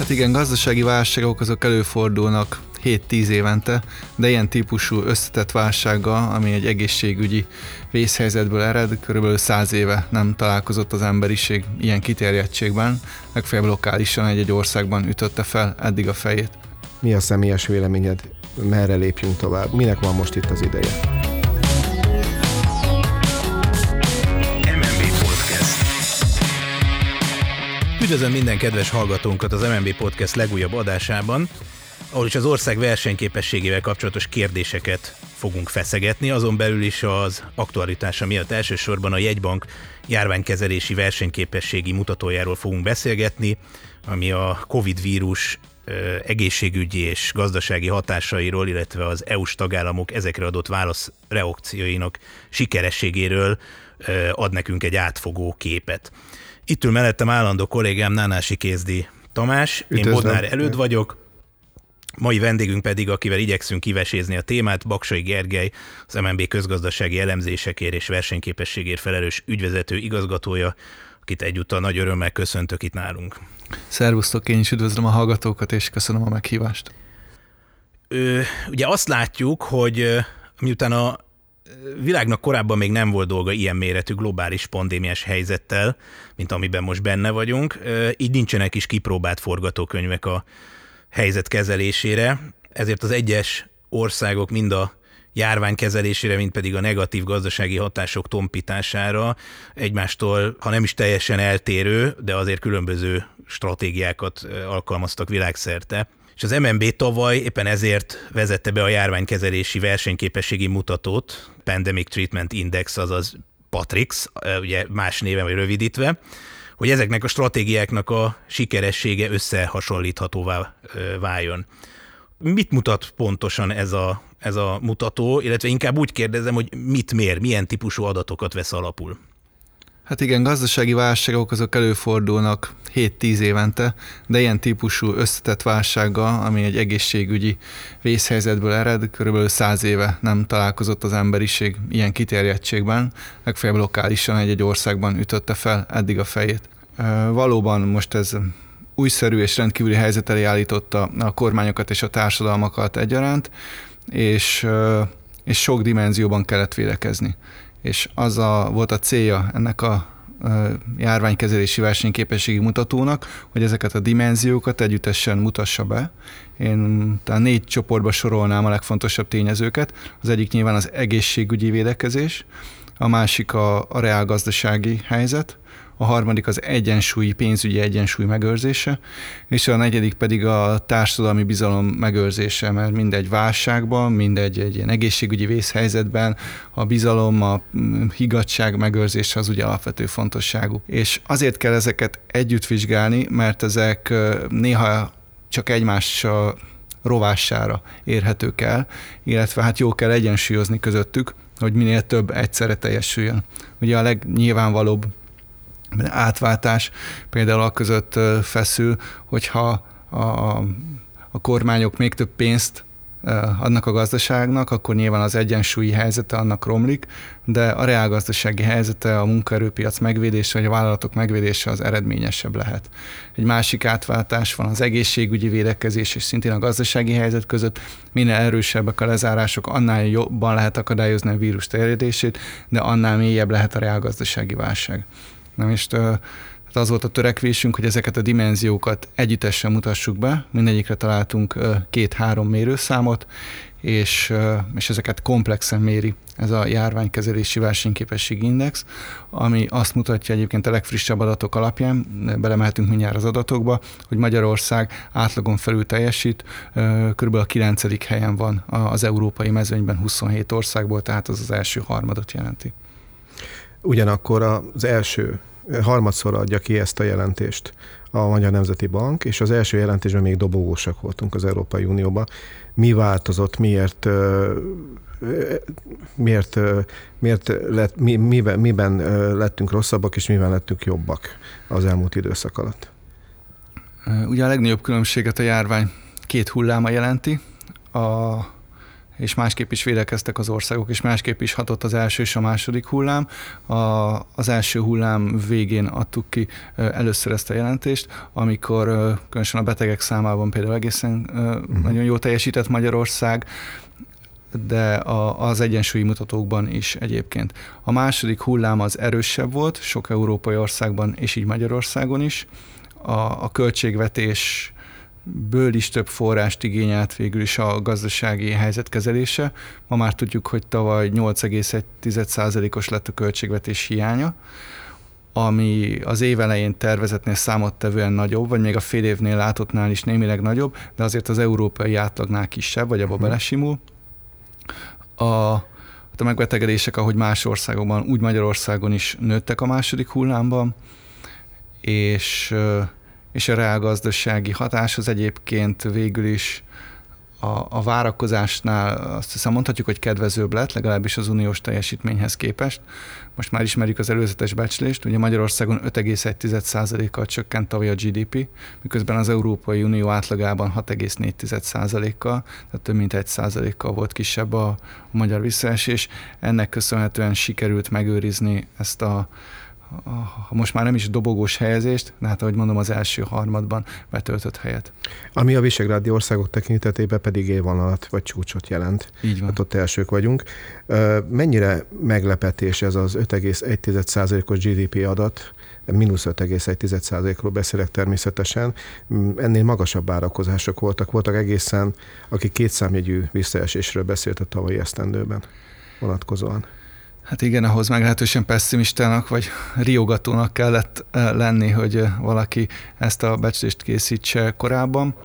Hát igen, gazdasági válságok azok előfordulnak 7-10 évente, de ilyen típusú összetett válsággal, ami egy egészségügyi vészhelyzetből ered, körülbelül 100 éve nem találkozott az emberiség ilyen kiterjedtségben, legfeljebb lokálisan egy országban ütötte fel eddig a fejét. Mi a személyes véleményed? Merre lépjünk tovább? Minek van most itt az ideje? Üdvözlöm minden kedves hallgatónkat az MNB Podcast legújabb adásában, ahol is az ország versenyképességével kapcsolatos kérdéseket fogunk feszegetni, azon belül is az aktualitása miatt elsősorban a jegybank járványkezelési versenyképességi mutatójáról fogunk beszélgetni, ami a Covid vírus egészségügyi és gazdasági hatásairól, illetve az EU-s tagállamok ezekre adott válaszreakcióinak sikerességéről ad nekünk egy átfogó képet. Itt ül mellettem állandó kollégám Nánási Kézdi Tamás, Üdvözlöm. Én Bodnár Előd vagyok, mai vendégünk pedig, akivel igyekszünk kivesézni a témát, Baksay Gergely, az MNB közgazdasági elemzésekért és versenyképességért felelős ügyvezető igazgatója, akit egyúttal nagy örömmel köszöntök itt nálunk. Szervusztok, én is üdvözlöm a hallgatókat, és köszönöm a meghívást. Ugye azt látjuk, hogy miután a világnak korábban még nem volt dolga ilyen méretű globális pandémiás helyzettel, mint amiben most benne vagyunk, így nincsenek is kipróbált forgatókönyvek a helyzet kezelésére, ezért az egyes országok mind a járvány kezelésére, mind pedig a negatív gazdasági hatások tompítására egymástól, ha nem is teljesen eltérő, de azért különböző stratégiákat alkalmaztak világszerte. És az MNB tavaly éppen ezért vezette be a járványkezelési versenyképességi mutatót, Pandemic Treatment Index, azaz PATRIX, ugye más néven vagy rövidítve, hogy ezeknek a stratégiáknak a sikeressége összehasonlíthatóvá váljon. Mit mutat pontosan ez a mutató, illetve inkább úgy kérdezem, hogy mit mér, milyen típusú adatokat vesz alapul? Hát igen, gazdasági válságok azok előfordulnak 7-10 évente, de ilyen típusú összetett válsággal, ami egy egészségügyi vészhelyzetből ered, körülbelül 100 éve nem találkozott az emberiség ilyen kiterjedtségben, legfeljebb lokálisan egy országban ütötte fel eddig a fejét. Valóban most ez újszerű és rendkívüli helyzet elé állította a kormányokat és a társadalmakat egyaránt, és sok dimenzióban kellett védekezni. És volt a célja ennek a járványkezelési versenyképességi mutatónak, hogy ezeket a dimenziókat együttesen mutassa be. Én talán 4 csoportba sorolnám a legfontosabb tényezőket. Az egyik nyilván az egészségügyi védekezés, a másik a reálgazdasági helyzet, a harmadik az pénzügyi egyensúly megőrzése, és a negyedik pedig a társadalmi bizalom megőrzése, mert mindegy válságban, mindegy egy ilyen egészségügyi vészhelyzetben a bizalom, a higgadtság megőrzése az ugye alapvető fontosságú. És azért kell ezeket együtt vizsgálni, mert ezek néha csak egymás rovására érhetők el, illetve hát jó kell egyensúlyozni közöttük, hogy minél több egyszerre teljesüljön. Ugye a legnyilvánvalóbb átváltás például a között feszül, hogyha a kormányok még több pénzt adnak a gazdaságnak, akkor nyilván az egyensúlyi helyzete annak romlik, de a reálgazdasági helyzete, a munkaerőpiac megvédése, vagy a vállalatok megvédése az eredményesebb lehet. Egy másik átváltás van az egészségügyi védekezés és szintén a gazdasági helyzet között. Minél erősebbek a lezárások, annál jobban lehet akadályozni a vírus terjedését, de annál mélyebb lehet a reálgazdasági válság. Na és az volt a törekvésünk, hogy ezeket a dimenziókat együttesen mutassuk be, mindegyikre találtunk 2-3 mérőszámot, és ezeket komplexen méri ez a járványkezelési versenyképességi index, ami azt mutatja egyébként a legfrissebb adatok alapján, belemehetünk mindjárt az adatokba, hogy Magyarország átlagon felül teljesít, kb. A 9. helyen van az európai mezőnyben 27 országból, tehát az első harmadot jelenti. Ugyanakkor az első harmadszor adja ki ezt a jelentést a Magyar Nemzeti Bank, és az első jelentésben még dobogósak voltunk az Európai Unióban. Mi változott, miben lettünk rosszabbak, és miben lettünk jobbak az elmúlt időszak alatt? Ugye a legnagyobb különbséget a járvány 2 hulláma jelenti. és másképp is védekeztek az országok, és másképp is hatott az első és a második hullám. Az első hullám végén adtuk ki először ezt a jelentést, amikor különösen a betegek számában például egészen nagyon jól teljesített Magyarország, de az egyensúlyi mutatókban is egyébként. A második hullám az erősebb volt, sok európai országban, és így Magyarországon is. A költségvetésből is több forrást igényelt végül is a gazdasági helyzet kezelése. Ma már tudjuk, hogy tavaly 8,1%-os lett a költségvetés hiánya, ami az év elején tervezetnél számottevően nagyobb, vagy még a fél évnél látottnál is némileg nagyobb, de azért az európai átlagnál kisebb, vagy abba belesimul. A megbetegedések, ahogy más országokban, úgy Magyarországon is nőttek a második hullámban, és a reálgazdasági hatás az egyébként végül is a várakozásnál azt hiszem mondhatjuk, hogy kedvezőbb lett, legalábbis az uniós teljesítményhez képest. Most már ismerjük az előzetes becslést, ugye Magyarországon 5,1%-kal csökkent tavaly a GDP, miközben az Európai Unió átlagában 6,4%-kal, tehát több mint 1%-kal volt kisebb a magyar visszaesés. Ennek köszönhetően sikerült megőrizni ezt most már nem is dobogós helyezést, de hát ahogy mondom, az első harmadban betöltött helyet. Ami a visegrádi országok tekintetében pedig élvonalat vagy csúcsot jelent. Így van. Hát ott elsők vagyunk. Mennyire meglepetés ez az 5,1%-os GDP adat, mínusz 5,1%-ról beszélek természetesen, ennél magasabb várakozások voltak egészen, akik kétszámjegyű visszaesésről beszélt a tavalyi esztendőben vonatkozóan. Hát igen, ahhoz meglehetősen pessimistának vagy riogatónak kellett lenni, hogy valaki ezt a becslést készítse korábban.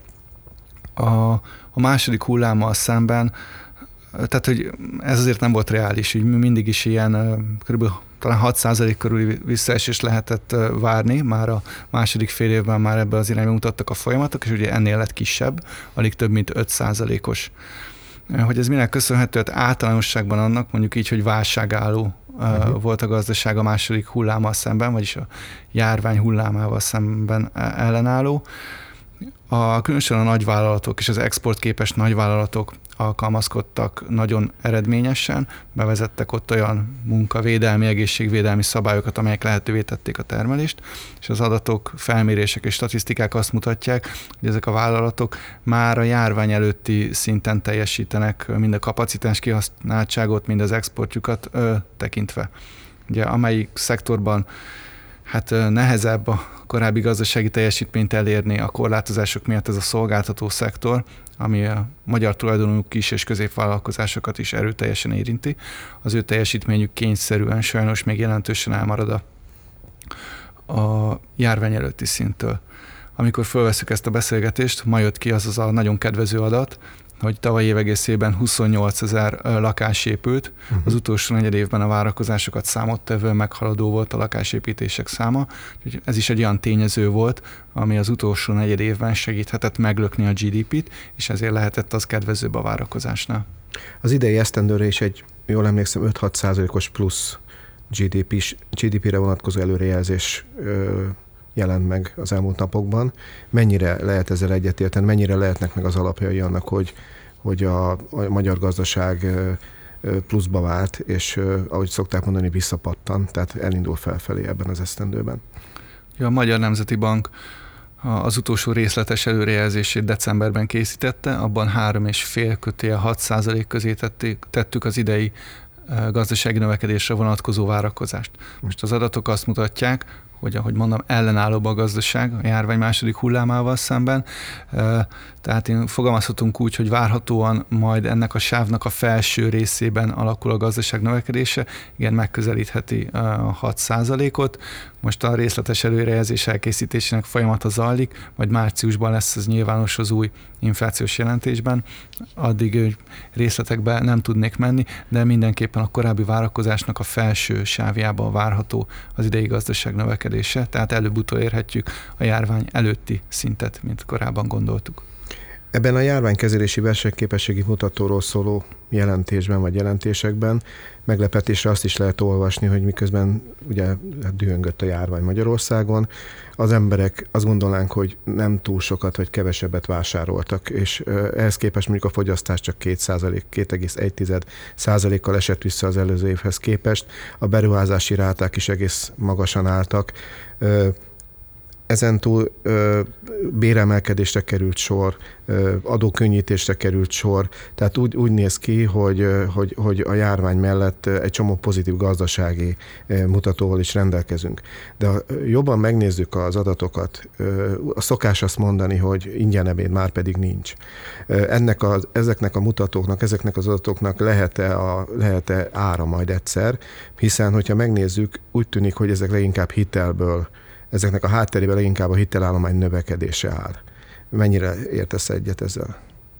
A második hullámmal szemben, tehát hogy ez azért nem volt reális, úgy mindig is ilyen kb. Talán 6% körüli visszaesés lehetett várni, már a második fél évben már ebbe az irányba mutattak a folyamatok, és ugye ennél lett kisebb, alig több mint 5%-os. Hogy ez minek köszönhető, hát általánosságban annak, mondjuk így, hogy válságálló volt a gazdaság a második hullámmal szemben, vagyis a járvány hullámával szemben ellenálló. Különösen a nagyvállalatok és az exportképes nagyvállalatok alkalmazkodtak nagyon eredményesen, bevezettek ott olyan munkavédelmi, egészségvédelmi szabályokat, amelyek lehetővé tették a termelést, és az adatok, felmérések és statisztikák azt mutatják, hogy ezek a vállalatok már a járvány előtti szinten teljesítenek mind a kapacitás kihasználtságot, mind az exportjukat tekintve. Ugye amelyik szektorban hát nehezebb a korábbi gazdasági teljesítményt elérni a korlátozások miatt, ez a szolgáltató szektor, ami a magyar tulajdonú kis- és középvállalkozásokat is erőteljesen érinti. Az ő teljesítményük kényszerűen sajnos még jelentősen elmarad a járvány előtti szinttől. Amikor fölveszük ezt a beszélgetést, ma jött ki az a nagyon kedvező adat, hogy tavaly év egészében 28 000 lakás épült, az utolsó negyed évben a várakozásokat számottevően meghaladó volt a lakásépítések száma, úgyhogy ez is egy olyan tényező volt, ami az utolsó negyed évben segíthetett meglökni a GDP-t, és ezért lehetett az kedvezőbb a várakozásnál. Az idei esztendőre is egy, jól emlékszem, 5-6%-os plusz GDP-re vonatkozó előrejelzés jelent meg az elmúlt napokban. Mennyire lehet ezzel egyetérteni, mennyire lehetnek meg az alapjai annak, hogy a magyar gazdaság pluszba vált, és ahogy szokták mondani, visszapattan, tehát elindul felfelé ebben az esztendőben. A Magyar Nemzeti Bank az utolsó részletes előrejelzését decemberben készítette, abban 3,5-6% közé tettük az idei gazdasági növekedésre vonatkozó várakozást. Most az adatok azt mutatják, hogy ahogy mondom, ellenállóbb a gazdaság a járvány második hullámával szemben. Tehát én fogalmazhatunk úgy, hogy várhatóan majd ennek a sávnak a felső részében alakul a gazdaság növekedése, igen, megközelítheti a 6%-ot. Most a részletes előrejelzés elkészítésének folyamata zajlik, majd márciusban lesz ez nyilvános az új inflációs jelentésben. Addig részletekbe nem tudnék menni, de mindenképpen a korábbi várakozásnak a felső sávjában várható az idei gazdaság növekedése, tehát előbb-utóbb érhetjük a járvány előtti szintet, mint korábban gondoltuk. Ebben a járványkezelési versenyképességi mutatóról szóló jelentésben vagy jelentésekben meglepetésre azt is lehet olvasni, hogy miközben ugye dühöngött a járvány Magyarországon, az emberek azt gondolnánk, hogy nem túl sokat vagy kevesebbet vásároltak, és ehhez képest mondjuk a fogyasztás csak 2,1%-kal esett vissza az előző évhez képest, a beruházási ráták is egész magasan álltak. Ezentúl béremelkedésre került sor, adókönnyítésre került sor, tehát úgy néz ki, hogy a járvány mellett egy csomó pozitív gazdasági mutatóval is rendelkezünk. De ha jobban megnézzük az adatokat, a szokás azt mondani, hogy ingyen ebéd, már pedig nincs. Ezeknek a mutatóknak, ezeknek az adatoknak lehet-e ára majd egyszer, hiszen hogyha megnézzük, úgy tűnik, hogy ezek leginkább hitelből, ezeknek a hátterében leginkább a hitelállomány növekedése áll. Mennyire értesz egyet ezzel?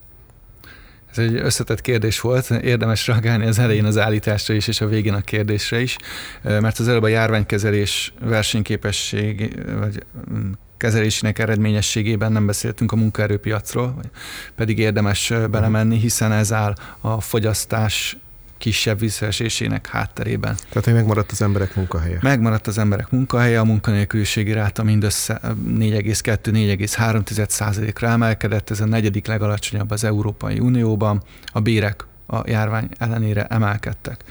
Ez egy összetett kérdés volt, érdemes reagálni az elején az állításra is, és a végén a kérdésre is, mert az előbb a járványkezelés versenyképesség, vagy kezelésének eredményességében nem beszéltünk a munkaerőpiacról, pedig érdemes belemenni, hiszen ez áll a fogyasztás kisebb visszaesésének hátterében. Tehát, hogy megmaradt az emberek munkahelye. Megmaradt az emberek munkahelye, a munkanélküliségi ráta mindössze 4,2-4,3%-ra emelkedett, ez a negyedik legalacsonyabb az Európai Unióban, a bérek a járvány ellenére emelkedtek.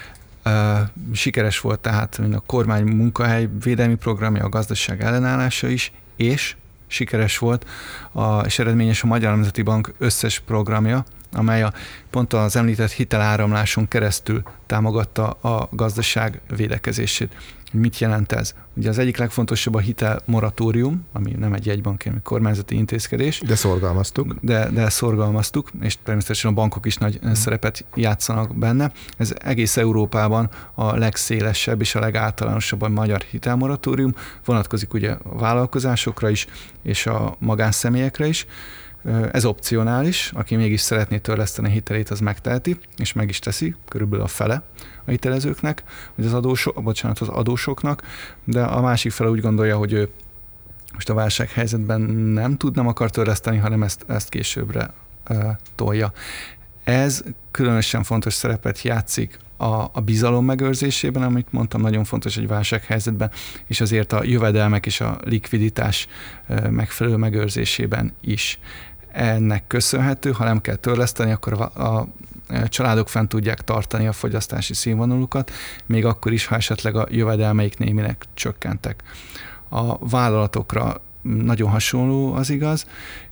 Sikeres volt tehát a kormány munkahelyvédelmi programja, a gazdaság ellenállása is, és sikeres volt és eredményes a Magyar Nemzeti Bank összes programja, amely pont az említett hiteláramláson keresztül támogatta a gazdaság védekezését. Mit jelent ez? Ugye az egyik legfontosabb a hitelmoratórium, ami nem egy jegybanki, hanem kormányzati intézkedés. De szorgalmaztuk. De szorgalmaztuk, és természetesen a bankok is nagy szerepet játszanak benne. Ez egész Európában a legszélesebb és a legáltalánosabb a magyar hitelmoratórium. Vonatkozik ugye a vállalkozásokra is, és a magánszemélyekre is. Ez opcionális, aki mégis szeretné törleszteni a hitelét, az megteheti, és meg is teszi, körülbelül a fele a hitelezőknek, vagy az adósoknak, de a másik fele úgy gondolja, hogy ő most a válsághelyzetben nem akar törleszteni, hanem ezt későbbre tolja. Ez különösen fontos szerepet játszik a bizalom megőrzésében, amit mondtam, nagyon fontos egy válsághelyzetben, és azért a jövedelmek és a likviditás megfelelő megőrzésében is. Ennek köszönhető, ha nem kell törleszteni, akkor a családok fent tudják tartani a fogyasztási színvonalukat, még akkor is, ha esetleg a jövedelmeik némileg csökkentek. A vállalatokra nagyon hasonló az igaz,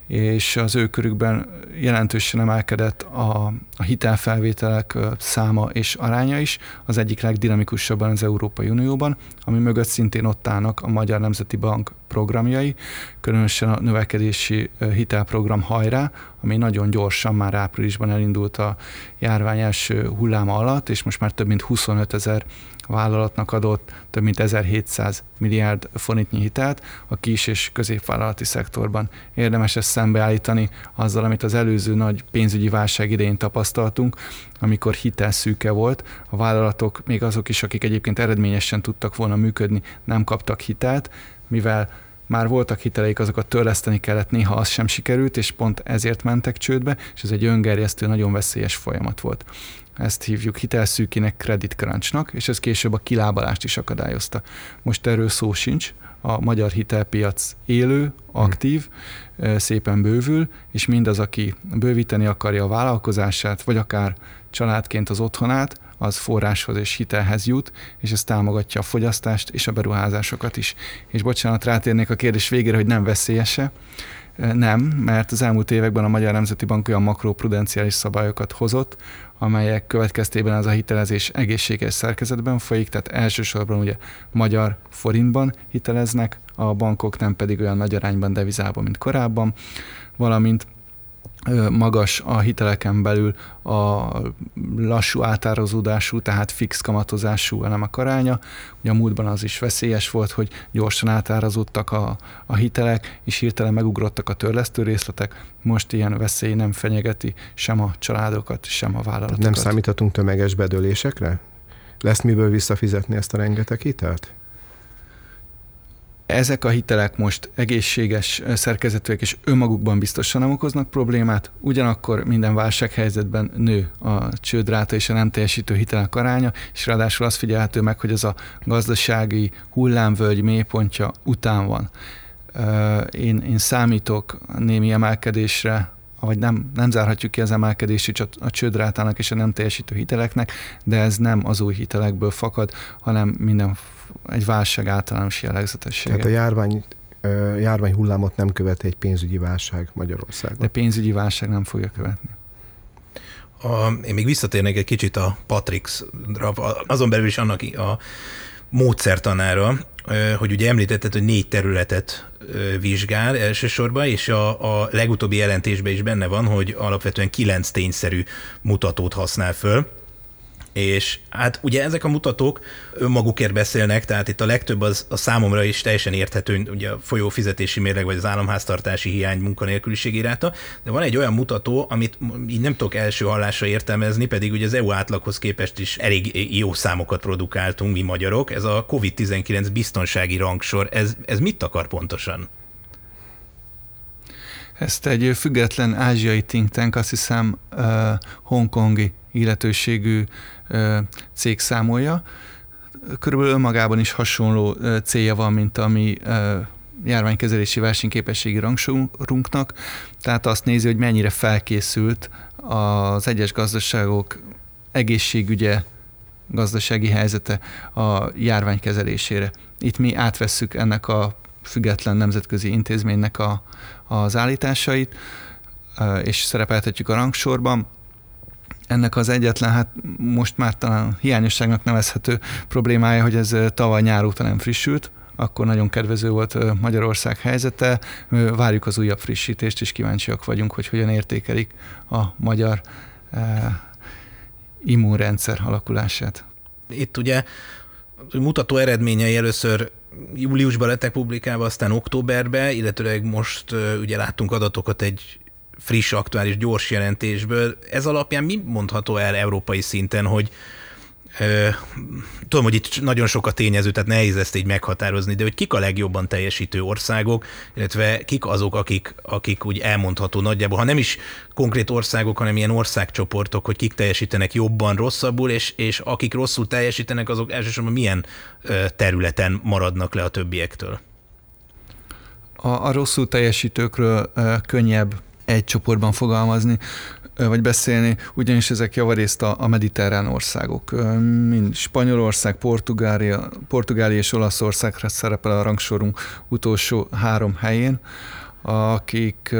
és az ő körükben jelentősen emelkedett a hitelfelvételek száma és aránya is, az egyik legdinamikusabban az Európai Unióban, ami mögött szintén ott állnak a Magyar Nemzeti Bank programjai, különösen a növekedési hitelprogram Hajrá, ami nagyon gyorsan már áprilisban elindult a járvány első hulláma alatt, és most már több mint 25 000 vállalatnak adott több mint 1700 milliárd forintnyi hitelt a kis- és középvállalati szektorban. Érdemes ezt szembeállítani azzal, amit az előző nagy pénzügyi válság idején tapasztaltunk, amikor hitelszűke volt. A vállalatok, még azok is, akik egyébként eredményesen tudtak volna működni, nem kaptak hitelt, mivel már voltak hiteleik, azokat törleszteni kellett, néha az sem sikerült, és pont ezért mentek csődbe, és ez egy öngerjesztő, nagyon veszélyes folyamat volt. Ezt hívjuk hitelszűkének, credit crunchnak, és ez később a kilábalást is akadályozta. Most erről szó sincs, a magyar hitelpiac élő, aktív, szépen bővül, és mindaz, aki bővíteni akarja a vállalkozását, vagy akár családként az otthonát, az forráshoz és hitelhez jut, és ez támogatja a fogyasztást és a beruházásokat is. És bocsánat, rátérnék a kérdés végére, hogy nem veszélyese. Nem, mert az elmúlt években a Magyar Nemzeti Bank olyan makroprudenciális szabályokat hozott, amelyek következtében az a hitelezés egészséges szerkezetben folyik, tehát elsősorban ugye magyar forintban hiteleznek, a bankok nem pedig olyan nagy arányban devizában, mint korábban, valamint magas a hiteleken belül a lassú átárazódású, tehát fix kamatozású elemek aránya. Ugye a múltban az is veszélyes volt, hogy gyorsan átárazódtak a hitelek, és hirtelen megugrottak a törlesztő részletek. Most ilyen veszély nem fenyegeti sem a családokat, sem a vállalatokat. Nem számíthatunk tömeges bedőlésekre? Lesz miből visszafizetni ezt a rengeteg hitelt? Ezek a hitelek most egészséges szerkezetűek és önmagukban biztosan nem okoznak problémát, ugyanakkor minden válsághelyzetben nő a csődráta és a nem teljesítő hitelek aránya, és ráadásul azt figyelhető meg, hogy ez a gazdasági hullámvölgy mélypontja után van. Én számítok némi emelkedésre, vagy nem zárhatjuk ki az emelkedést a csődrátának és a nem teljesítő hiteleknek, de ez nem az új hitelekből fakad, hanem egy válság általános jellegzetessége. Tehát a járvány hullámot nem követi egy pénzügyi válság Magyarországon. De pénzügyi válság nem fogja követni. Én még visszatérnék egy kicsit a Patrixra, azon belül is annak a módszertanára, hogy ugye említetted, hogy 4 területet vizsgál elsősorban, és a legutóbbi jelentésben is benne van, hogy alapvetően 9 tényszerű mutatót használ föl. És hát ugye ezek a mutatók önmagukért beszélnek, tehát itt a legtöbb az a számomra is teljesen érthető, ugye a folyó fizetési mérleg, vagy az államháztartási hiány, munkanélküliségi ráta, de van egy olyan mutató, amit így nem tudok első hallásra értelmezni, pedig ugye az EU átlaghoz képest is elég jó számokat produkáltunk mi magyarok. Ez a COVID-19 biztonsági rangsor, ez mit akar pontosan? Ezt egy független ázsiai think tank, azt hiszem hongkongi illetőségű cég számolja. Körülbelül önmagában is hasonló célja van, mint a mi járványkezelési versenyképességi rangsorunknak. Tehát azt nézi, hogy mennyire felkészült az egyes gazdaságok egészségügye, gazdasági helyzete a járvány kezelésére. Itt mi átvesszük ennek a független nemzetközi intézménynek az állításait, és szerepeltetjük a rangsorban. Ennek az egyetlen, hát most már talán hiányosságnak nevezhető problémája, hogy ez tavaly nyár óta nem frissült, akkor nagyon kedvező volt Magyarország helyzete. Várjuk az újabb frissítést, és kíváncsiak vagyunk, hogy hogyan értékelik a magyar immunrendszer alakulását. Itt ugye mutató eredményei először júliusban lettek publikálva, aztán októberben, illetőleg most ugye láttunk adatokat egy friss, aktuális, gyors jelentésből. Ez alapján mi mondható el európai szinten, hogy tudom, hogy itt nagyon sok a tényező, tehát nehéz ezt így meghatározni, de hogy kik a legjobban teljesítő országok, illetve kik azok, akik úgy elmondható nagyjából, ha nem is konkrét országok, hanem ilyen országcsoportok, hogy kik teljesítenek jobban, rosszabbul, és akik rosszul teljesítenek, azok elsősorban milyen területen maradnak le a többiektől? A rosszul teljesítőkről könnyebb egy csoportban fogalmazni, vagy beszélni, ugyanis ezek javarészt a mediterrán országok, mint Spanyolország, Portugália és Olaszországra szerepel a rangsorunk utolsó 3 helyén, akik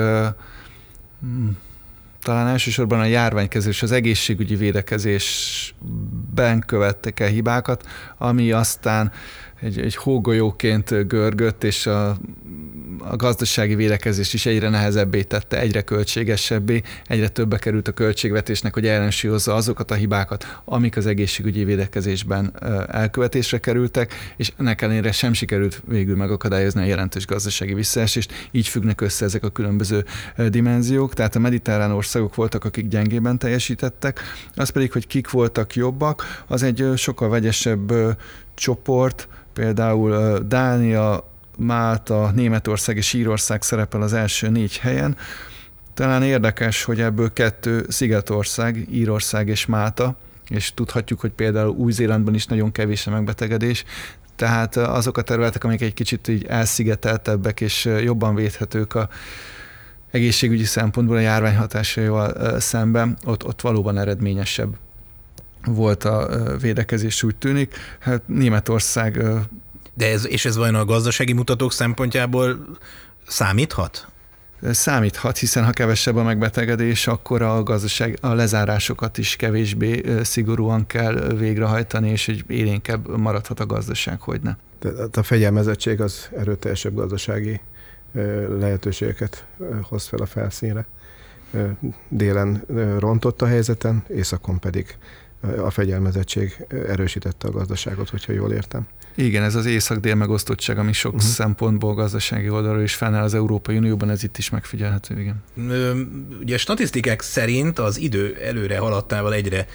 talán elsősorban a járványkezelés, az egészségügyi védekezésben követtek el hibákat, ami aztán egy hógolyóként görgött, és a gazdasági védekezést is egyre nehezebbé tette, egyre költségesebbé, egyre többe került a költségvetésnek, hogy ellensúlyozza azokat a hibákat, amik az egészségügyi védekezésben elkövetésre kerültek, és ennek ellenére sem sikerült végül megakadályozni a jelentős gazdasági visszaesést, így függnek össze ezek a különböző dimenziók, tehát a mediterrán országok voltak, akik gyengében teljesítettek, az pedig, hogy kik voltak jobbak, az egy sokkal vegyesebb csoport, például Dánia, Málta, Németország és Írország szerepel az első 4 helyen. Talán érdekes, hogy ebből 2 szigetország, Írország és Málta, és tudhatjuk, hogy például Új-Zélandban is nagyon kevés a megbetegedés, tehát azok a területek, amik egy kicsit így elszigeteltebbek és jobban védhetők a egészségügyi szempontból a járvány hatásaival szemben, ott valóban eredményesebb volt a védekezés, úgy tűnik. Hát Németország... De ez vajon a gazdasági mutatók szempontjából számíthat? Számíthat, hiszen ha kevesebb a megbetegedés, akkor a lezárásokat is kevésbé szigorúan kell végrehajtani, és egy élénkebb maradhat a gazdaság, hogyne. Tehát a fegyelmezettség az erőteljesebb gazdasági lehetőségeket hoz fel a felszínre. Délen rontott a helyzeten, északon pedig a fegyelmezettség erősítette a gazdaságot, hogyha jól értem. Igen, ez az észak-dél megosztottság, ami sok szempontból gazdasági oldalról is fennáll az Európai Unióban, ez itt is megfigyelhető, igen. Ugye statisztikák szerint az idő előre haladtával egyre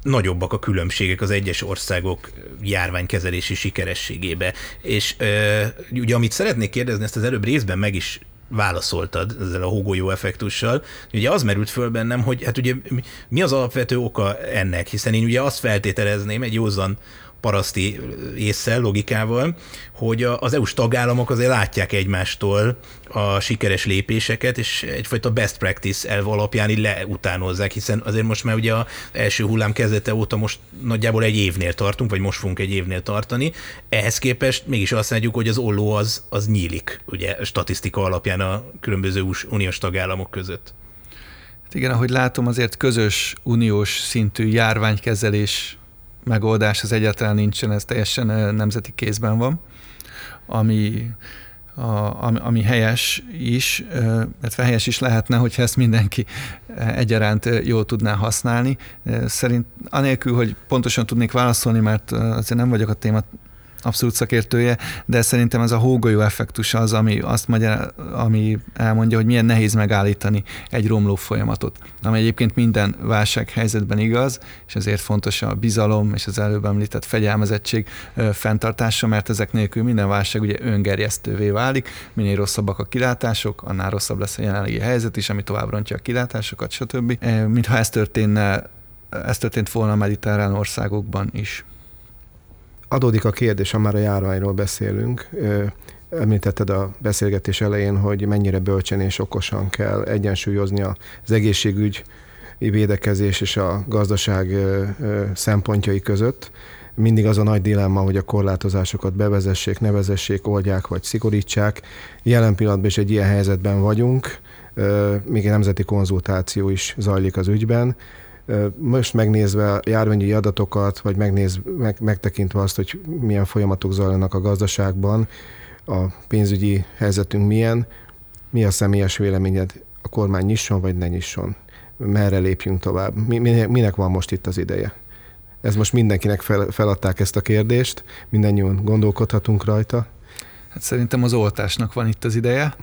nagyobbak a különbségek az egyes országok járványkezelési sikerességébe. És ugye amit szeretnék kérdezni, ezt az előbb részben meg is válaszoltad ezzel a hógolyó effektussal. Ugye az merült föl bennem, hogy hát ugye mi az alapvető oka ennek, hiszen én ugye azt feltételezném egy józan paraszti ésszel, logikával, hogy az EU-s tagállamok azért látják egymástól a sikeres lépéseket, és egyfajta best practice elv alapján így leutánozzák, hiszen azért most már ugye az első hullám kezdete óta most nagyjából egy évnél tartunk, vagy most fogunk egy évnél tartani. Ehhez képest mégis azt mondjuk, hogy az olló az nyílik, ugye statisztika alapján a különböző uniós tagállamok között. Igen, ahogy látom, azért közös uniós szintű járványkezelés megoldás az egyáltalán nincsen, ez teljesen nemzeti kézben van, ami helyes is, illetve helyes is lehetne, hogyha ezt mindenki egyaránt jól tudná használni. Szerint anélkül, hogy pontosan tudnék válaszolni, mert azért nem vagyok a téma abszolút szakértője, de szerintem ez a hógolyó effektus az, ami elmondja, hogy milyen nehéz megállítani egy romló folyamatot. Ami egyébként minden válsághelyzetben igaz, és ezért fontos a bizalom és az előbb említett fegyelmezettség fenntartása, mert ezek nélkül minden válság ugye öngerjesztővé válik, minél rosszabbak a kilátások, annál rosszabb lesz a jelenlegi helyzet is, ami tovább rontja a kilátásokat, stb. Mintha ez történt volna a mediterrán országokban is. Adódik a kérdés, ha már a járványról beszélünk. Említetted a beszélgetés elején, hogy mennyire bölcsen és okosan kell egyensúlyozni az egészségügy, védekezés és a gazdaság szempontjai között. Mindig az a nagy dilemma, hogy a korlátozásokat bevezessék, ne vezessék, oldják vagy szigorítsák. Jelen pillanatban is egy ilyen helyzetben vagyunk, még egy nemzeti konzultáció is zajlik az ügyben. Most megnézve a járványi adatokat, vagy megtekintve azt, hogy milyen folyamatok zajlanak a gazdaságban, a pénzügyi helyzetünk milyen, mi a személyes véleményed? A kormány nyisson, vagy ne nyisson? Merre lépjünk tovább? Minek van most itt az ideje? Ez most mindenkinek feladták ezt a kérdést, mindannyian gondolkodhatunk rajta. Hát szerintem az oltásnak van itt az ideje.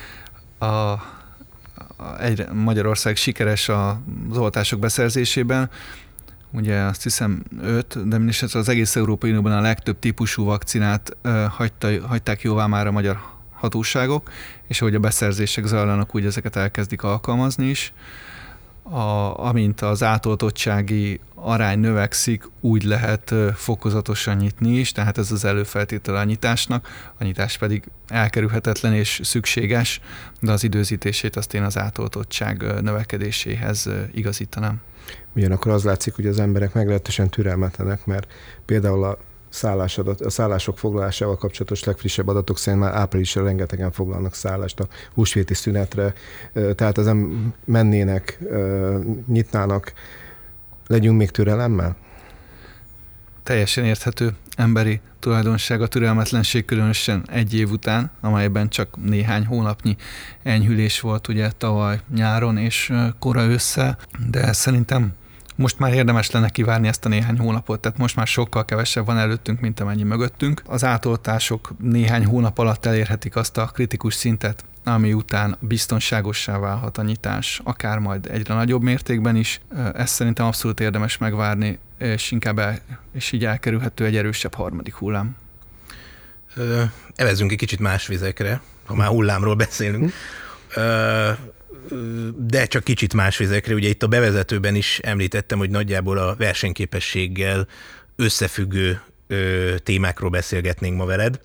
Magyarország sikeres az oltások beszerzésében. Ugye azt hiszem 5, de mindesetre az egész Európai Unióban a legtöbb típusú vakcinát hagyták jóvá már a magyar hatóságok, és ahogy a beszerzések zajlanak, úgy ezeket elkezdik alkalmazni is. Amint az átoltottsági arány növekszik, úgy lehet fokozatosan nyitni is, tehát ez az előfeltétele a nyitásnak, a nyitás pedig elkerülhetetlen és szükséges, de az időzítését azt én az átoltottság növekedéséhez igazítanám. Ugyanakkor az látszik, hogy az emberek meglehetősen türelmetlenek, mert például a szállások foglalásával kapcsolatos legfrissebb adatok szerint már áprilisra rengetegen foglalnak szállást a húsvéti szünetre, tehát ezen mennének, nyitnának, legyünk még türelemmel? Teljesen érthető emberi tulajdonság a türelmetlenség, különösen egy év után, amelyben csak néhány hónapnyi enyhülés volt ugye tavaly nyáron és kora ősszel, de szerintem most már érdemes lenne kivárni ezt a néhány hónapot, tehát most már sokkal kevesebb van előttünk, mint amennyi mögöttünk. Az átoltások néhány hónap alatt elérhetik azt a kritikus szintet, ami után biztonságossá válhat a nyitás, akár majd egyre nagyobb mértékben is. Ezt szerintem abszolút érdemes megvárni, és így elkerülhető egy erősebb harmadik hullám. Evezzünk egy kicsit más vizekre, ha már hullámról beszélünk. De csak kicsit más vizekre. Ugye itt a bevezetőben is említettem, hogy nagyjából a versenyképességgel összefüggő témákról beszélgetnénk ma veled.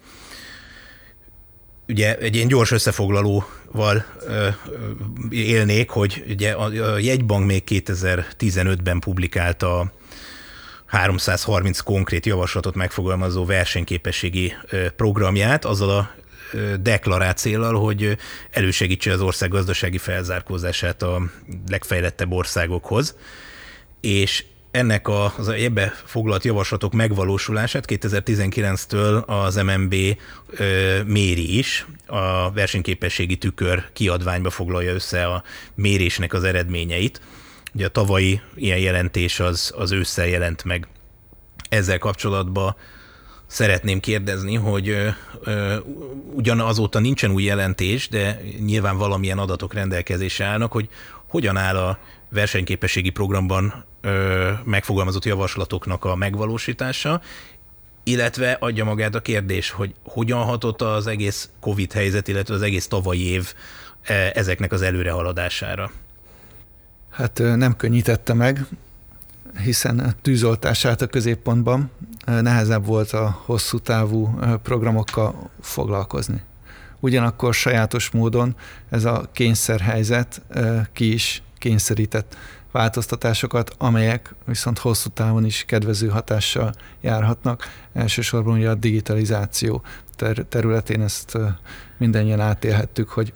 Ugye egy ilyen gyors összefoglalóval élnék, hogy ugye a jegybank még 2015-ben publikálta 330 konkrét javaslatot megfogalmazó versenyképességi programját, azzal a deklarált céllal, hogy elősegítse az ország gazdasági felzárkózását a legfejlettebb országokhoz. És ennek az ebbe foglalt javaslatok megvalósulását 2019-től az MNB méri is. A versenyképességi tükör kiadványba foglalja össze a mérésnek az eredményeit. Ugye a tavalyi ilyen jelentés az ősszel jelent meg. Ezzel kapcsolatban szeretném kérdezni, hogy ugyan azóta nincsen új jelentés, de nyilván valamilyen adatok rendelkezésre állnak, hogy hogyan áll a versenyképességi programban megfogalmazott javaslatoknak a megvalósítása, illetve adja magát a kérdés, hogy hogyan hatott az egész Covid helyzet, illetve az egész tavalyi év ezeknek az előrehaladására. Hát nem könnyítette meg, hiszen tűzoltás állt a középpontban, nehezebb volt a hosszú távú programokkal foglalkozni. Ugyanakkor sajátos módon ez a kényszerhelyzet ki is kényszerített változtatásokat, amelyek viszont hosszú távon is kedvező hatással járhatnak. Elsősorban ugye a digitalizáció területén ezt mindannyian átélhettük, hogy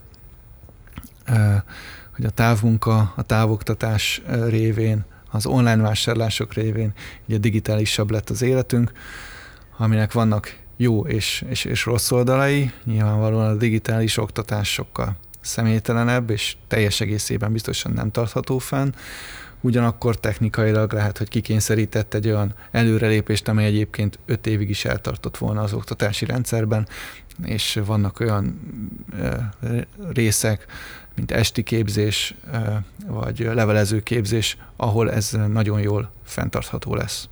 a távmunka, a távoktatás révén, az online vásárlások révén ugye digitálisabb lett az életünk, aminek vannak jó és rossz oldalai. Nyilvánvalóan a digitális oktatás sokkal személytelenebb, és teljes egészében biztosan nem tartható fenn. Ugyanakkor technikailag lehet, hogy kikényszerített egy olyan előrelépést, amely egyébként 5 évig is eltartott volna az oktatási rendszerben, és vannak olyan részek, mint esti képzés, vagy levelező képzés, ahol ez nagyon jól fenntartható lesz.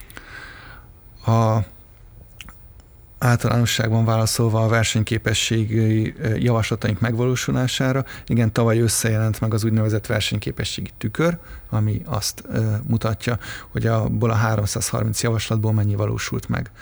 Általánosságban válaszolva a versenyképességi javaslataink megvalósulására, igen, tavaly összejelent meg az úgynevezett versenyképességi tükör, ami azt mutatja, hogy abból a 330 javaslatból mennyi valósult meg.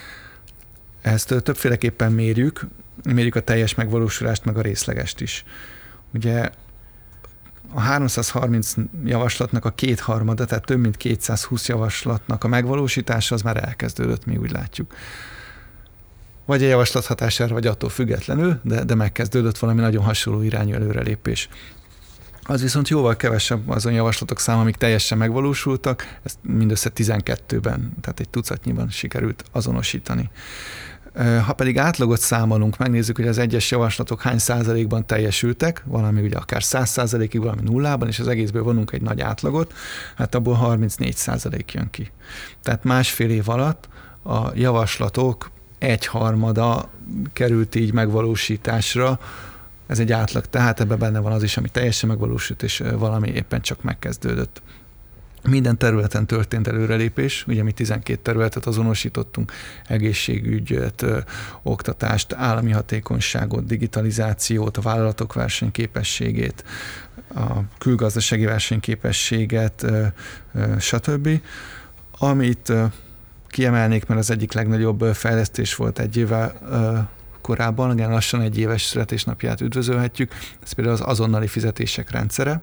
Ezt többféleképpen mérjük a teljes megvalósulást, meg a részlegest is. Ugye a 330 javaslatnak a 2/3, tehát több mint 220 javaslatnak a megvalósítása az már elkezdődött, mi úgy látjuk. Vagy a javaslat hatására, vagy attól függetlenül, de megkezdődött valami nagyon hasonló irányú előrelépés. Az viszont jóval kevesebb azon javaslatok száma, amik teljesen megvalósultak, ezt mindössze 12-ben, tehát egy tucatnyiban sikerült azonosítani. Ha pedig átlagot számolunk, megnézzük, hogy az egyes javaslatok hány százalékban teljesültek, valami ugye akár 100%-ig, valami nullában, és az egészből vonunk egy nagy átlagot, hát abból 34% jön ki. Tehát másfél év alatt a javaslatok 1/3 került így megvalósításra, ez egy átlag, tehát ebben benne van az is, ami teljesen megvalósult, és valami éppen csak megkezdődött. Minden területen történt előrelépés, ugye mi 12 területet azonosítottunk, egészségügyet, oktatást, állami hatékonyságot, digitalizációt, a vállalatok versenyképességét, a külgazdasági versenyképességet, stb. Amit kiemelnék, mert az egyik legnagyobb fejlesztés volt egy évvel korábban, igen, lassan 1 éves születésnapját üdvözölhetjük, ez például az azonnali fizetések rendszere,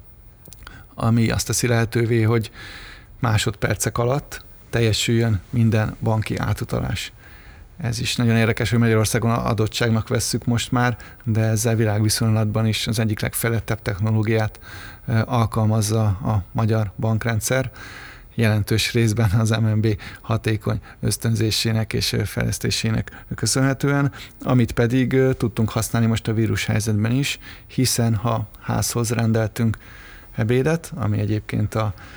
ami azt teszi lehetővé, hogy másodpercek alatt teljesüljön minden banki átutalás. Ez is nagyon érdekes, hogy Magyarországon adottságnak vesszük most már, de ezzel világviszonylatban is az egyik legfejlettebb technológiát alkalmazza a magyar bankrendszer, jelentős részben az MNB hatékony ösztönzésének és fejlesztésének köszönhetően, amit pedig tudtunk használni most a vírushelyzetben is, hiszen ha házhoz rendeltünk ebédet, ami egyébként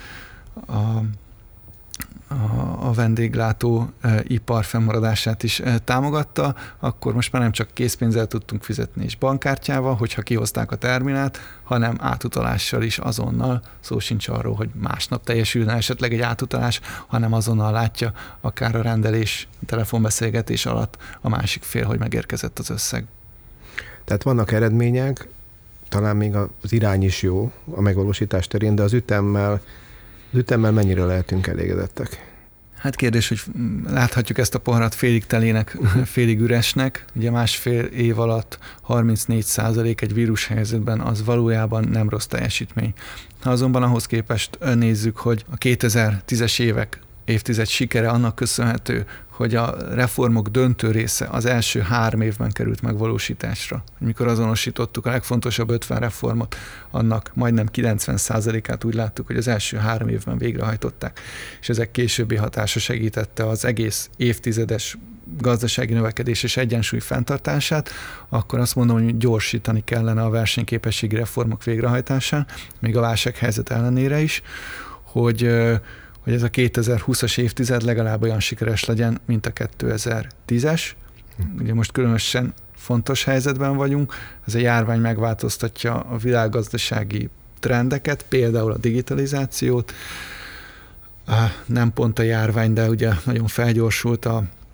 a vendéglátó ipar fennmaradását is támogatta, akkor most már nem csak készpénzzel tudtunk fizetni és bankkártyával, hogyha kihozták a terminált, hanem átutalással is azonnal. Szó sincs arról, hogy másnap teljesülne esetleg egy átutalás, hanem azonnal látja akár a rendelés, telefonbeszélgetés alatt a másik fél, hogy megérkezett az összeg. Tehát vannak eredmények, talán még az irány is jó a megvalósítás terén, de az ütemmel mennyire lehetünk elégedettek? Hát kérdés, hogy láthatjuk ezt a poharat félig telének, félig üresnek. Ugye másfél év alatt 34% egy vírushelyzetben az valójában nem rossz teljesítmény. Ha azonban ahhoz képest nézzük, hogy a 2010-es évtized sikere annak köszönhető, hogy a reformok döntő része az első 3 évben került megvalósításra. Mikor azonosítottuk a legfontosabb 50 reformot, annak majdnem 90%-át úgy láttuk, hogy az első 3 évben végrehajtották, és ezek későbbi hatása segítette az egész évtizedes gazdasági növekedés és egyensúly fenntartását, akkor azt mondom, hogy gyorsítani kellene a versenyképességi reformok végrehajtásán, még a válsághelyzet ellenére is, hogy ez a 2020-as évtized legalább olyan sikeres legyen, mint a 2010-es. Ugye most különösen fontos helyzetben vagyunk, ez a járvány megváltoztatja a világgazdasági trendeket, például a digitalizációt, nem pont a járvány, de ugye nagyon felgyorsult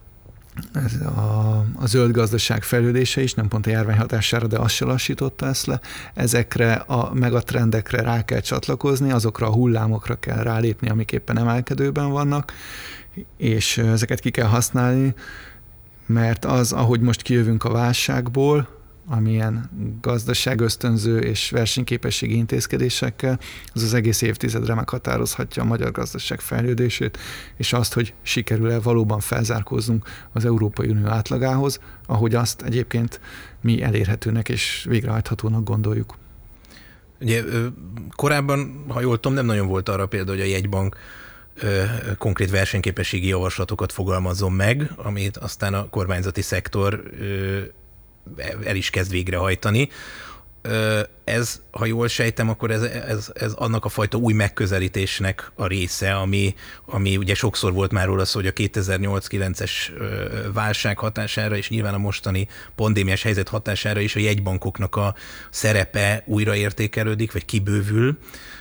a zöld gazdaság fejlődése is, nem pont a járvány hatására, de azt se lassította ezt le. Ezekre a megatrendekre rá kell csatlakozni, azokra a hullámokra kell rálépni, amik éppen emelkedőben vannak, és ezeket ki kell használni, mert az, ahogy most kijövünk a válságból, amilyen gazdaságösztönző és versenyképességi intézkedésekkel, az egész évtizedre meghatározhatja a magyar gazdaság fejlődését, és azt, hogy sikerül-e valóban felzárkóznunk az Európai Unió átlagához, ahogy azt egyébként mi elérhetőnek és végrehajthatónak gondoljuk. Ugye korábban, ha jól tudom, nem nagyon volt arra példa, hogy a jegybank konkrét versenyképességi javaslatokat fogalmazzon meg, amit aztán a kormányzati szektor el is kezd végrehajtani. Ez, ha jól sejtem, akkor ez annak a fajta új megközelítésnek a része, ami ugye sokszor volt már róla szó, hogy a 2008-9-es válság hatására, és nyilván a mostani pandémiás helyzet hatására is a jegybankoknak a szerepe újraértékelődik, vagy kibővül.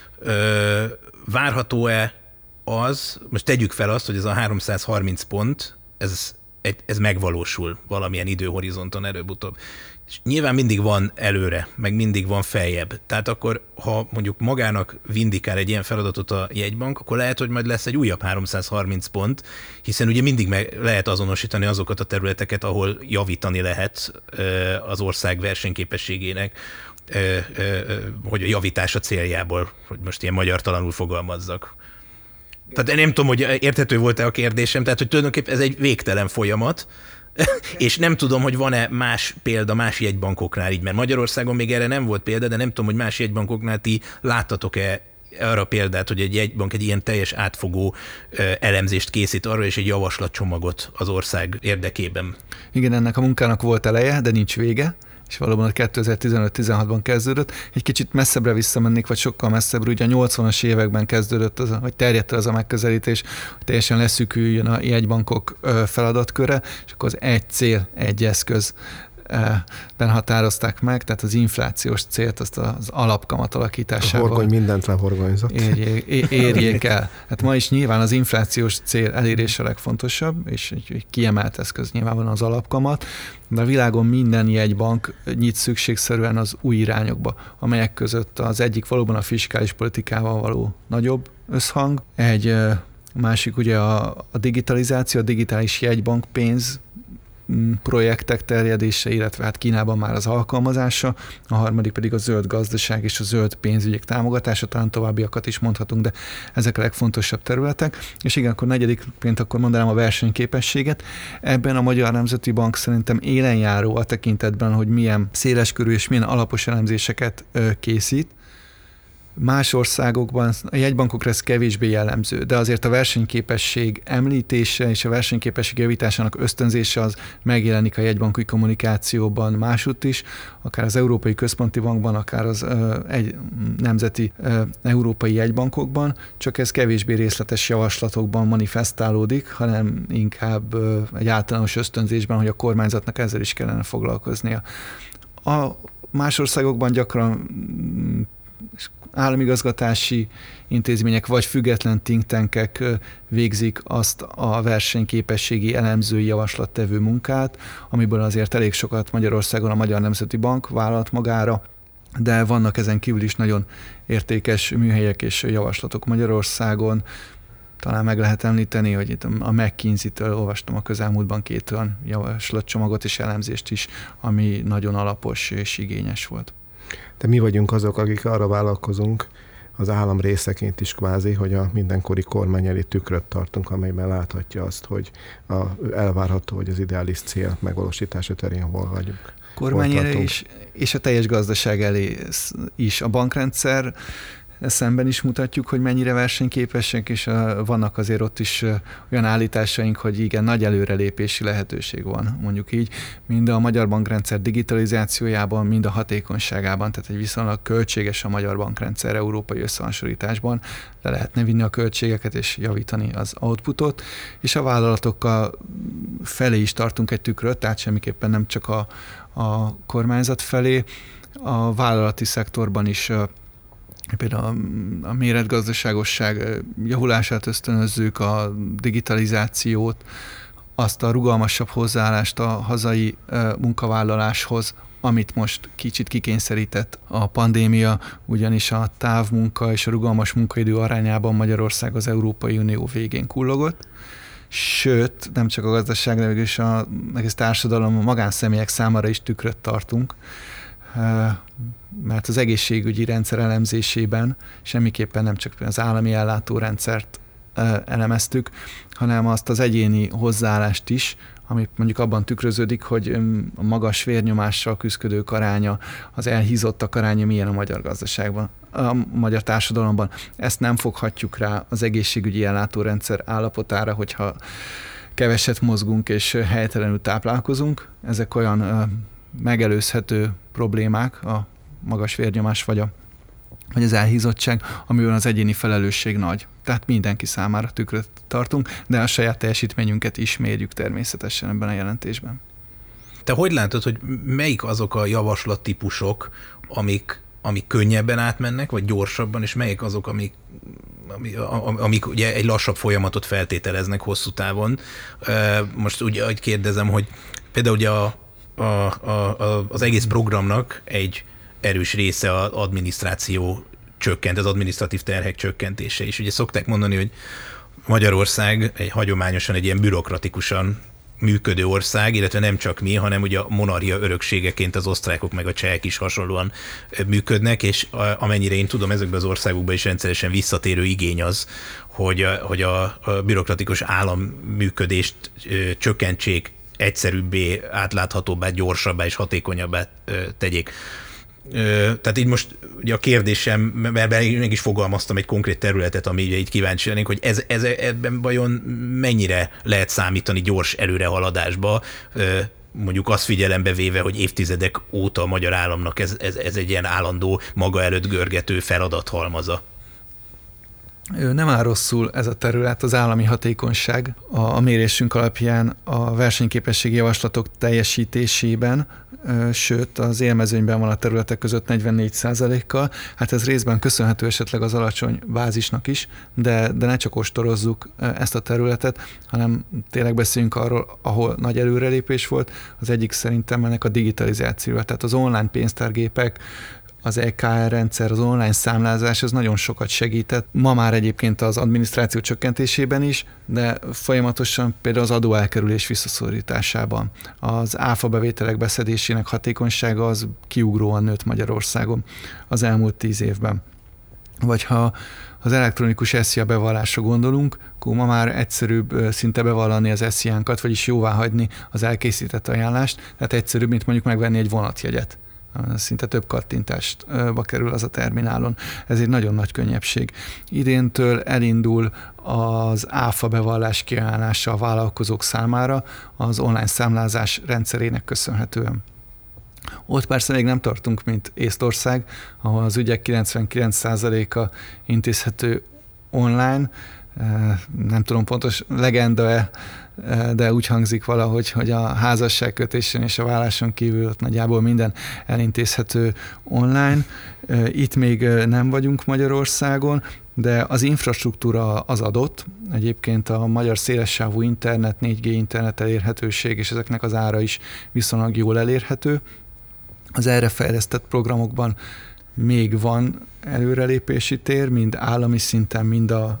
Várható-e az, most tegyük fel azt, hogy ez a 330 pont, ez megvalósul valamilyen időhorizonton előbb-utóbb. És nyilván mindig van előre, meg mindig van feljebb. Tehát akkor, ha mondjuk magának vindikál egy ilyen feladatot a jegybank, akkor lehet, hogy majd lesz egy újabb 330 pont, hiszen ugye mindig lehet azonosítani azokat a területeket, ahol javítani lehet az ország versenyképességének, hogy a javítása céljából, hogy most ilyen magyartalanul fogalmazzak. Tehát nem tudom, hogy érthető volt-e a kérdésem, tehát hogy tulajdonképpen ez egy végtelen folyamat, és nem tudom, hogy van-e más példa más jegybankoknál így, mert Magyarországon még erre nem volt példa, de nem tudom, hogy más jegybankoknál ti láttatok-e arra példát, hogy egy jegybank egy ilyen teljes átfogó elemzést készít arra, és egy javaslatcsomagot az ország érdekében. Igen, ennek a munkának volt eleje, de nincs vége, és valóban 2015-16-ban kezdődött. Egy kicsit messzebbre visszamennék, vagy sokkal messzebbre, ugye a 80-as években kezdődött, vagy terjedt el az a megközelítés, hogy teljesen leszűküljön a jegybankok feladatköre, és akkor az egy cél, egy eszköz ben határozták meg, tehát az inflációs célt, azt az alapkamat alakításával. A horgony mindent lehorgonyzott. Érjék el. Hát ma is nyilván az inflációs cél elérése a legfontosabb, és egy kiemelt eszköz nyilván az alapkamat, de a világon minden jegybank nyit szükségszerűen az új irányokba, amelyek között az egyik valóban a fiskális politikával való nagyobb összhang, egy másik ugye a digitalizáció, a digitális jegybankpénz projektek terjedése, illetve hát Kínában már az alkalmazása, a harmadik pedig a zöld gazdaság és a zöld pénzügyek támogatása, talán továbbiakat is mondhatunk, de ezek a legfontosabb területek. És igen, akkor negyedikként akkor mondanám a versenyképességet. Ebben a Magyar Nemzeti Bank szerintem élenjáró a tekintetben, hogy milyen széleskörű és milyen alapos elemzéseket készít. Más országokban a jegybankokra ez kevésbé jellemző, de azért a versenyképesség említése és a versenyképesség javításának ösztönzése az megjelenik a jegybankúj kommunikációban másutt is, akár az Európai Központi Bankban, akár az egy nemzeti európai jegybankokban, csak ez kevésbé részletes javaslatokban manifestálódik, hanem inkább egy általános ösztönzésben, hogy a kormányzatnak ezzel is kellene foglalkoznia. A más országokban gyakran államigazgatási intézmények vagy független think tankek végzik azt a versenyképességi elemzői javaslattevő munkát, amiből azért elég sokat Magyarországon a Magyar Nemzeti Bank vállalt magára, de vannak ezen kívül is nagyon értékes műhelyek és javaslatok Magyarországon. Talán meg lehet említeni, hogy itt a McKinsey-től olvastam a közelmúltban 2 olyan javaslatcsomagot és elemzést is, ami nagyon alapos és igényes volt. De mi vagyunk azok, akik arra vállalkozunk, az állam részeként is kvázi, hogy a mindenkori kormány elé tükröt tartunk, amelyben láthatja azt, hogy elvárható, hogy az ideális cél megvalósítása terén hol vagyunk. Kormány elé is, és a teljes gazdaság elé is. A bankrendszer szemben is mutatjuk, hogy mennyire versenyképesek, és vannak azért ott is olyan állításaink, hogy igen, nagy előrelépési lehetőség van, mondjuk így, mind a magyar bankrendszer digitalizációjában, mind a hatékonyságában, tehát egy viszonylag költséges a magyar bankrendszer európai összehasonlításban, le lehetne vinni a költségeket és javítani az outputot, és a vállalatokkal felé is tartunk egy tükröt, tehát semmiképpen nem csak a kormányzat felé, a vállalati szektorban is például a méretgazdaságosság javulását ösztönözzük, a digitalizációt, azt a rugalmasabb hozzáállást a hazai munkavállaláshoz, amit most kicsit kikényszerített a pandémia, ugyanis a távmunka és a rugalmas munkaidő arányában Magyarország az Európai Unió végén kullogott. Sőt, nem csak a gazdaság, de mégis az egész társadalom, a magánszemélyek számára is tükröt tartunk, mert az egészségügyi rendszer elemzésében semmiképpen nem csak az állami ellátórendszert elemeztük, hanem azt az egyéni hozzáállást is, ami mondjuk abban tükröződik, hogy a magas vérnyomással küzdők aránya, az elhízottak aránya milyen a magyar gazdaságban, a magyar társadalomban. Ezt nem foghatjuk rá az egészségügyi ellátórendszer állapotára, hogyha keveset mozgunk és helytelenül táplálkozunk. Ezek olyan megelőzhető problémák, a magas vérnyomás vagy az elhízottság, amiben az egyéni felelősség nagy. Tehát mindenki számára tükröt tartunk, de a saját teljesítményünket is mérjük természetesen ebben a jelentésben. Te hogy látod, hogy melyik azok a javaslattípusok, amik könnyebben átmennek, vagy gyorsabban, és melyik azok, amik ugye egy lassabb folyamatot feltételeznek hosszú távon? Most ugye kérdezem, hogy például ugye az egész programnak egy erős része az adminisztráció az adminisztratív terhek csökkentése is. Ugye szokták mondani, hogy Magyarország hagyományosan egy ilyen bürokratikusan működő ország, illetve nem csak mi, hanem ugye a monarchia örökségeként az osztrákok meg a csehek is hasonlóan működnek, és amennyire én tudom, ezekben az országokban is rendszeresen visszatérő igény az, hogy a bürokratikus államműködést csökkentsék, egyszerűbbé, átláthatóbbá, gyorsabbá és hatékonyabbá tegyék. Tehát így most ugye a kérdésem, mert meg is fogalmaztam egy konkrét területet, ami ugye így kíváncsi lennénk, hogy ebben vajon mennyire lehet számítani gyors előrehaladásba, mondjuk azt figyelembe véve, hogy évtizedek óta a magyar államnak ez egy ilyen állandó, maga előtt görgető feladathalmaza. Nem áll rosszul ez a terület, az állami hatékonyság. A mérésünk alapján a versenyképességi javaslatok teljesítésében, sőt az élmezőnyben van a területek között 44%-kal. Hát ez részben köszönhető esetleg az alacsony bázisnak is, de ne csak ostorozzuk ezt a területet, hanem tényleg beszéljünk arról, ahol nagy előrelépés volt. Az egyik szerintem ennek a digitalizációja, tehát az online pénztárgépek, az EKR rendszer, az online számlázás, ez nagyon sokat segített. Ma már egyébként az adminisztráció csökkentésében is, de folyamatosan például az adóelkerülés visszaszorításában. Az áfa bevételek beszedésének hatékonysága az kiugróan nőtt Magyarországon az elmúlt 10 évben. Vagy ha az elektronikus SZIA bevallásra gondolunk, akkor ma már egyszerűbb szinte bevallani az SZIA-nkat, vagyis jóváhagyni az elkészített ajánlást, tehát egyszerűbb, mint mondjuk megvenni egy vonatjegyet. Szinte több kattintásba kerül az a terminálon. Ez egy nagyon nagy könnyebbség. Idéntől elindul az áfa bevallás kiajánlása a vállalkozók számára az online számlázás rendszerének köszönhetően. Ott persze még nem tartunk, mint Észtország, ahol az ügyek 99%-a intézhető online. Nem tudom pontos legenda-e, de úgy hangzik valahogy, hogy a házasságkötésen és a válláson kívül ott nagyjából minden elintézhető online. Itt még nem vagyunk Magyarországon, de az infrastruktúra az adott. Egyébként a magyar szélessávú internet, 4G internet elérhetőség, és ezeknek az ára is viszonylag jól elérhető. Az erre fejlesztett programokban még van előrelépési tér, mind állami szinten, mind a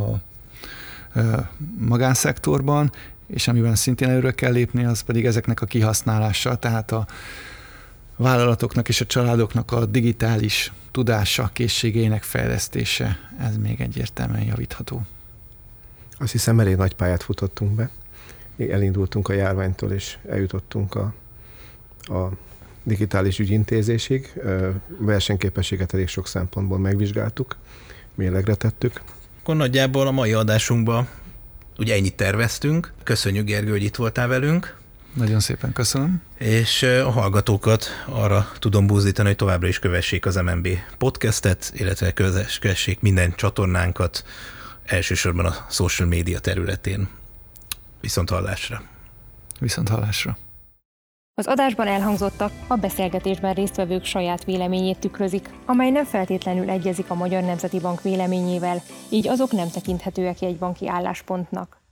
magánszektorban, és amiben szintén előre kell lépni, az pedig ezeknek a kihasználása, tehát a vállalatoknak és a családoknak a digitális tudása, készségeinek fejlesztése, ez még egyértelműen javítható. Azt hiszem, elég nagy pályát futottunk be. Elindultunk a járványtól, és eljutottunk a digitális ügyintézésig. Versenyképességet elég sok szempontból megvizsgáltuk, mérlegre tettük. Akkor nagyjából a mai adásunkban ugye ennyit terveztünk. Köszönjük, Gergő, hogy itt voltál velünk. Nagyon szépen köszönöm. És a hallgatókat arra tudom buzdítani, hogy továbbra is kövessék az MNB podcastet, illetve kövessék minden csatornánkat, elsősorban a social media területén. Viszont hallásra. Viszont hallásra. Az adásban elhangzottak a beszélgetésben résztvevők saját véleményét tükrözik, amely nem feltétlenül egyezik a Magyar Nemzeti Bank véleményével, így azok nem tekinthetőek jegybanki álláspontnak.